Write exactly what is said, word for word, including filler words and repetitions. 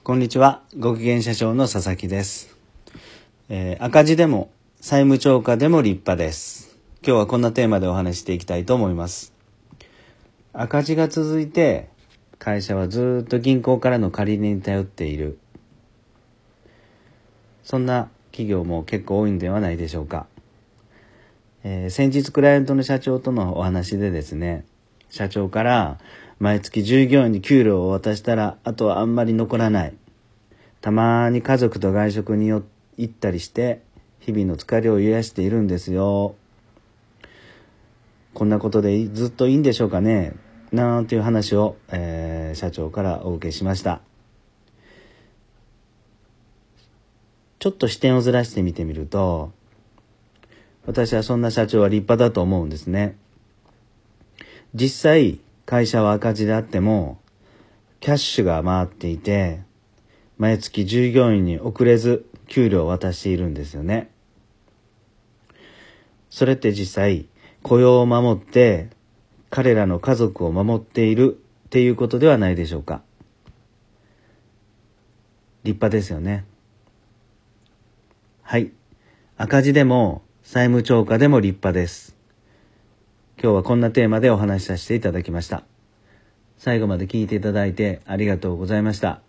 こんにちは。ご機嫌社長の佐々木です。えー、赤字でも債務超過でも立派です。今日はこんなテーマでお話していきたいと思います。赤字が続いて会社はずっと銀行からの借り入れに頼っている。そんな企業も結構多いんではないでしょうか。えー、先日クライアントの社長とのお話でですね、社長から毎月従業員に給料を渡したらあとはあんまり残らない。たまに家族と外食に行ったりして日々の疲れを癒しているんですよ。こんなことでずっといいんでしょうかね、なんていう話を、えー、社長からお受けしました。ちょっと視点をずらしてみてみると、私はそんな社長は立派だと思うんですね。実際会社は赤字であってもキャッシュが回っていて毎月従業員に遅れず給料を渡しているんですよね。それって実際雇用を守って彼らの家族を守っているっていうことではないでしょうか。立派ですよね。はい。赤字でも債務超過でも立派です。今日はこんなテーマでお話しさせていただきました。最後まで聞いていただいてありがとうございました。